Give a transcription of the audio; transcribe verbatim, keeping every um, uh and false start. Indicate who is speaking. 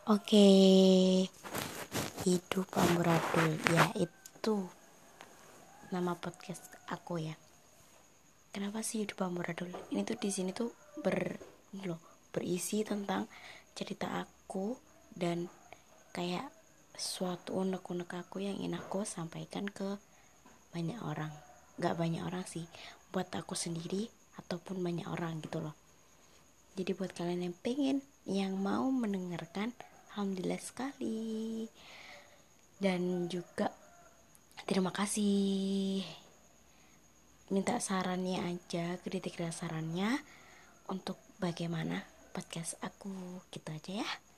Speaker 1: Oke, hidup amburadul ya itu nama podcast aku ya. Kenapa sih hidup amburadul? Ini tuh di sini tuh ber loh, berisi tentang cerita aku dan kayak suatu unek-unek aku yang ingin aku sampaikan ke banyak orang. Gak banyak orang sih, buat aku sendiri ataupun banyak orang gitu loh. Jadi buat kalian yang pengen, yang mau mendengarkan, alhamdulillah sekali. Dan juga terima kasih. Minta sarannya aja, kritik dan sarannya untuk bagaimana podcast aku, gitu aja ya.